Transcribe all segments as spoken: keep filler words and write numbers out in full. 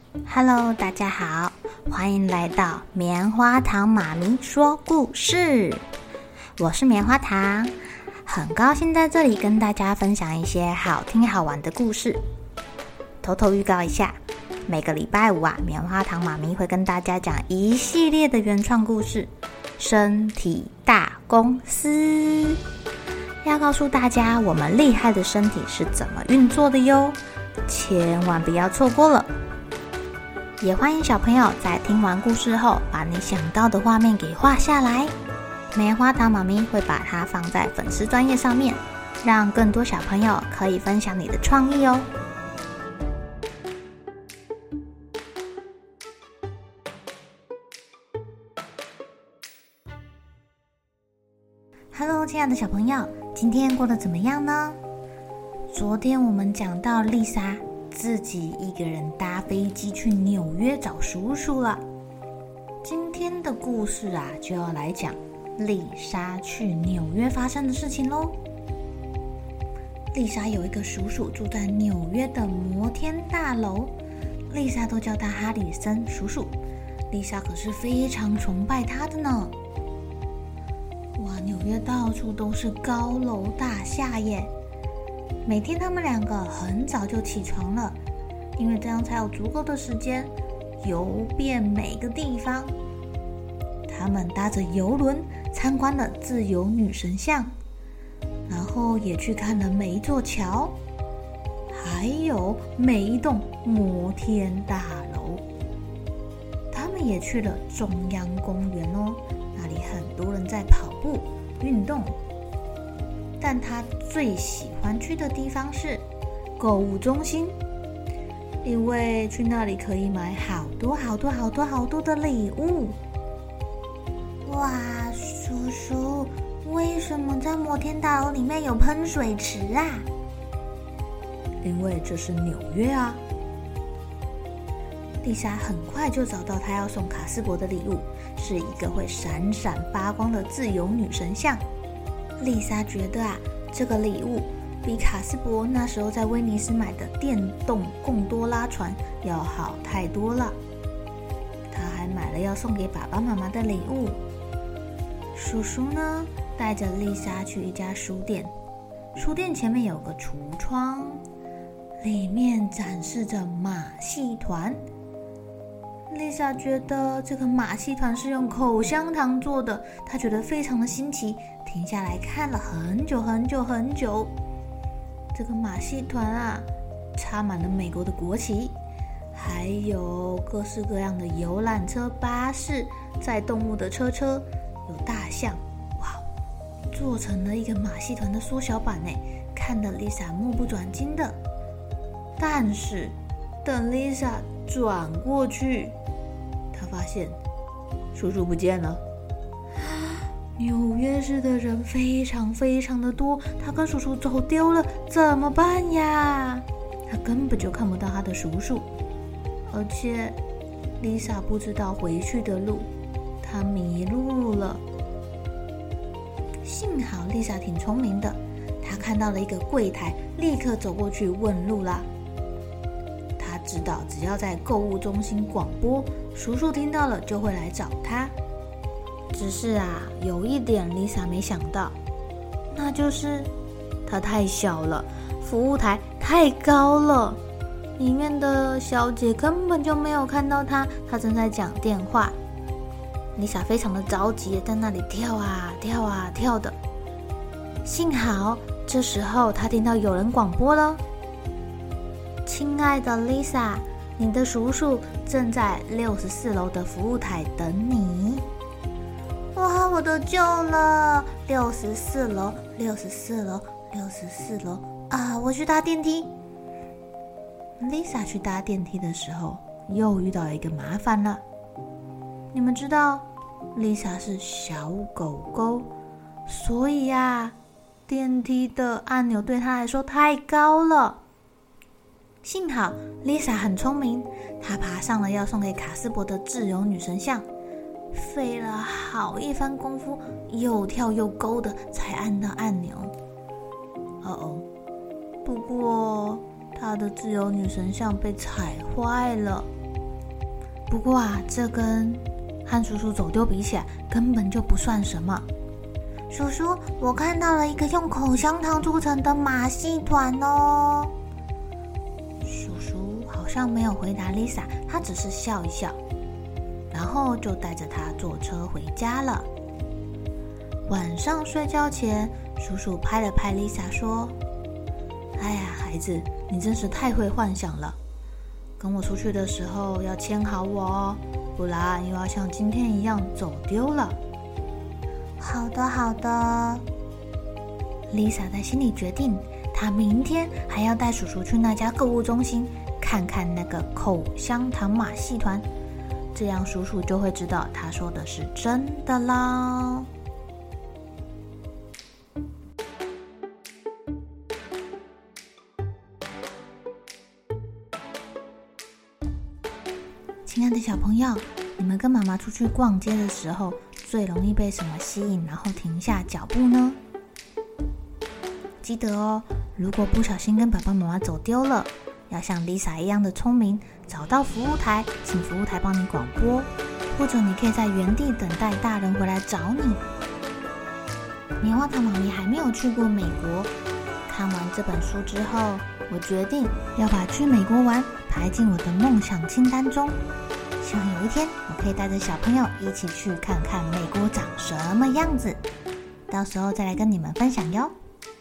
Hello， 大家好，欢迎来到棉花糖妈咪说故事。我是棉花糖，很高兴在这里跟大家分享一些好听好玩的故事。偷偷预告一下，每个礼拜五啊，棉花糖妈咪会跟大家讲一系列的原创故事，身体大公司。要告诉大家我们厉害的身体是怎么运作的哟，千万不要错过了。也欢迎小朋友在听完故事后，把你想到的画面给画下来。棉花糖妈咪会把它放在粉丝专页上面，让更多小朋友可以分享你的创意哦。Hello， 亲爱的小朋友，今天过得怎么样呢？昨天我们讲到丽莎自己一个人搭飞机去纽约找叔叔了。今天的故事啊，就要来讲丽莎去纽约发生的事情咯。丽莎有一个叔叔住在纽约的摩天大楼，丽莎都叫他哈里森叔叔。丽莎可是非常崇拜他的呢。哇，纽约到处都是高楼大厦耶！每天他们两个很早就起床了，因为这样才有足够的时间游遍每个地方。他们搭着游轮参观了自由女神像，然后也去看了每一座桥，还有每一栋摩天大楼。他们也去了中央公园哦，那里很多人在跑步运动。但他最喜欢去的地方是购物中心，因为去那里可以买好多好多好多好多的礼物。哇，叔叔，为什么在摩天大楼里面有喷水池啊？因为这是纽约啊。丽莎很快就找到她要送卡斯伯的礼物，是一个会闪闪发光的自由女神像。丽莎觉得啊，这个礼物比卡斯伯那时候在威尼斯买的电动贡多拉船要好太多了。她还买了要送给爸爸妈妈的礼物。叔叔呢，带着丽莎去一家书店，书店前面有个橱窗，里面展示着马戏团。丽莎觉得这个马戏团是用口香糖做的，她觉得非常的新奇，停下来看了很久很久很久。这个马戏团啊，插满了美国的国旗，还有各式各样的游览车、巴士、载动物的车车，有大象，哇，做成了一个马戏团的缩小版呢，看得丽莎目不转睛的。但是等丽莎转过去，她发现叔叔不见了。纽约市的人非常非常的多，她跟叔叔走丢了，怎么办呀？她根本就看不到她的叔叔，而且丽莎不知道回去的路，她迷路了。幸好丽莎挺聪明的，她看到了一个柜台，立刻走过去问路啦。她知道只要在购物中心广播，叔叔听到了就会来找她。只是啊，有一点丽莎没想到，那就是她太小了，服务台太高了，里面的小姐根本就没有看到她，她正在讲电话。丽莎非常的着急，在那里跳啊跳啊跳的。幸好这时候她听到有人广播了：亲爱的丽莎，你的叔叔正在六十四楼的服务台等你。哇，我得救了！六十四楼，六十四楼，六十四楼啊！我去搭电梯。Lisa 去搭电梯的时候，又遇到一个麻烦了。你们知道 Lisa 是小狗狗，所以啊，电梯的按钮对她来说太高了。幸好 Lisa 很聪明，她爬上了要送给卡斯伯的自由女神像，费了好一番功夫，又跳又勾的才按到按钮。哦哦，不过她的自由女神像被踩坏了。 不过啊，这跟和叔叔走丢比起来，根本就不算什么。叔叔，我看到了一个用口香糖做成的马戏团哦。叔叔好像没有回答 Lisa， 他只是笑一笑，然后就带着她坐车回家了。晚上睡觉前，叔叔拍了拍 Lisa 说：哎呀，孩子，你真是太会幻想了。跟我出去的时候要牵好我哦，不然又要像今天一样走丢了。好的好的。 Lisa 在心里决定，她明天还要带叔叔去那家购物中心看看那个口香糖马戏团，这样叔叔就会知道他说的是真的啦。亲爱的小朋友，你们跟妈妈出去逛街的时候，最容易被什么吸引，然后停下脚步呢？记得哦，如果不小心跟爸爸妈妈走丢了，要像 Lisa 一样的聪明，找到服务台，请服务台帮你广播，或者你可以在原地等待大人回来找你。棉花糖妈咪还没有去过美国，看完这本书之后，我决定要把去美国玩排进我的梦想清单中。希望有一天我可以带着小朋友一起去看看美国长什么样子，到时候再来跟你们分享哟。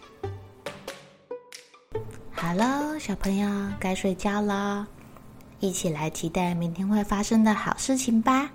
好了，小朋友该睡觉了，一起来期待明天会发生的好事情吧。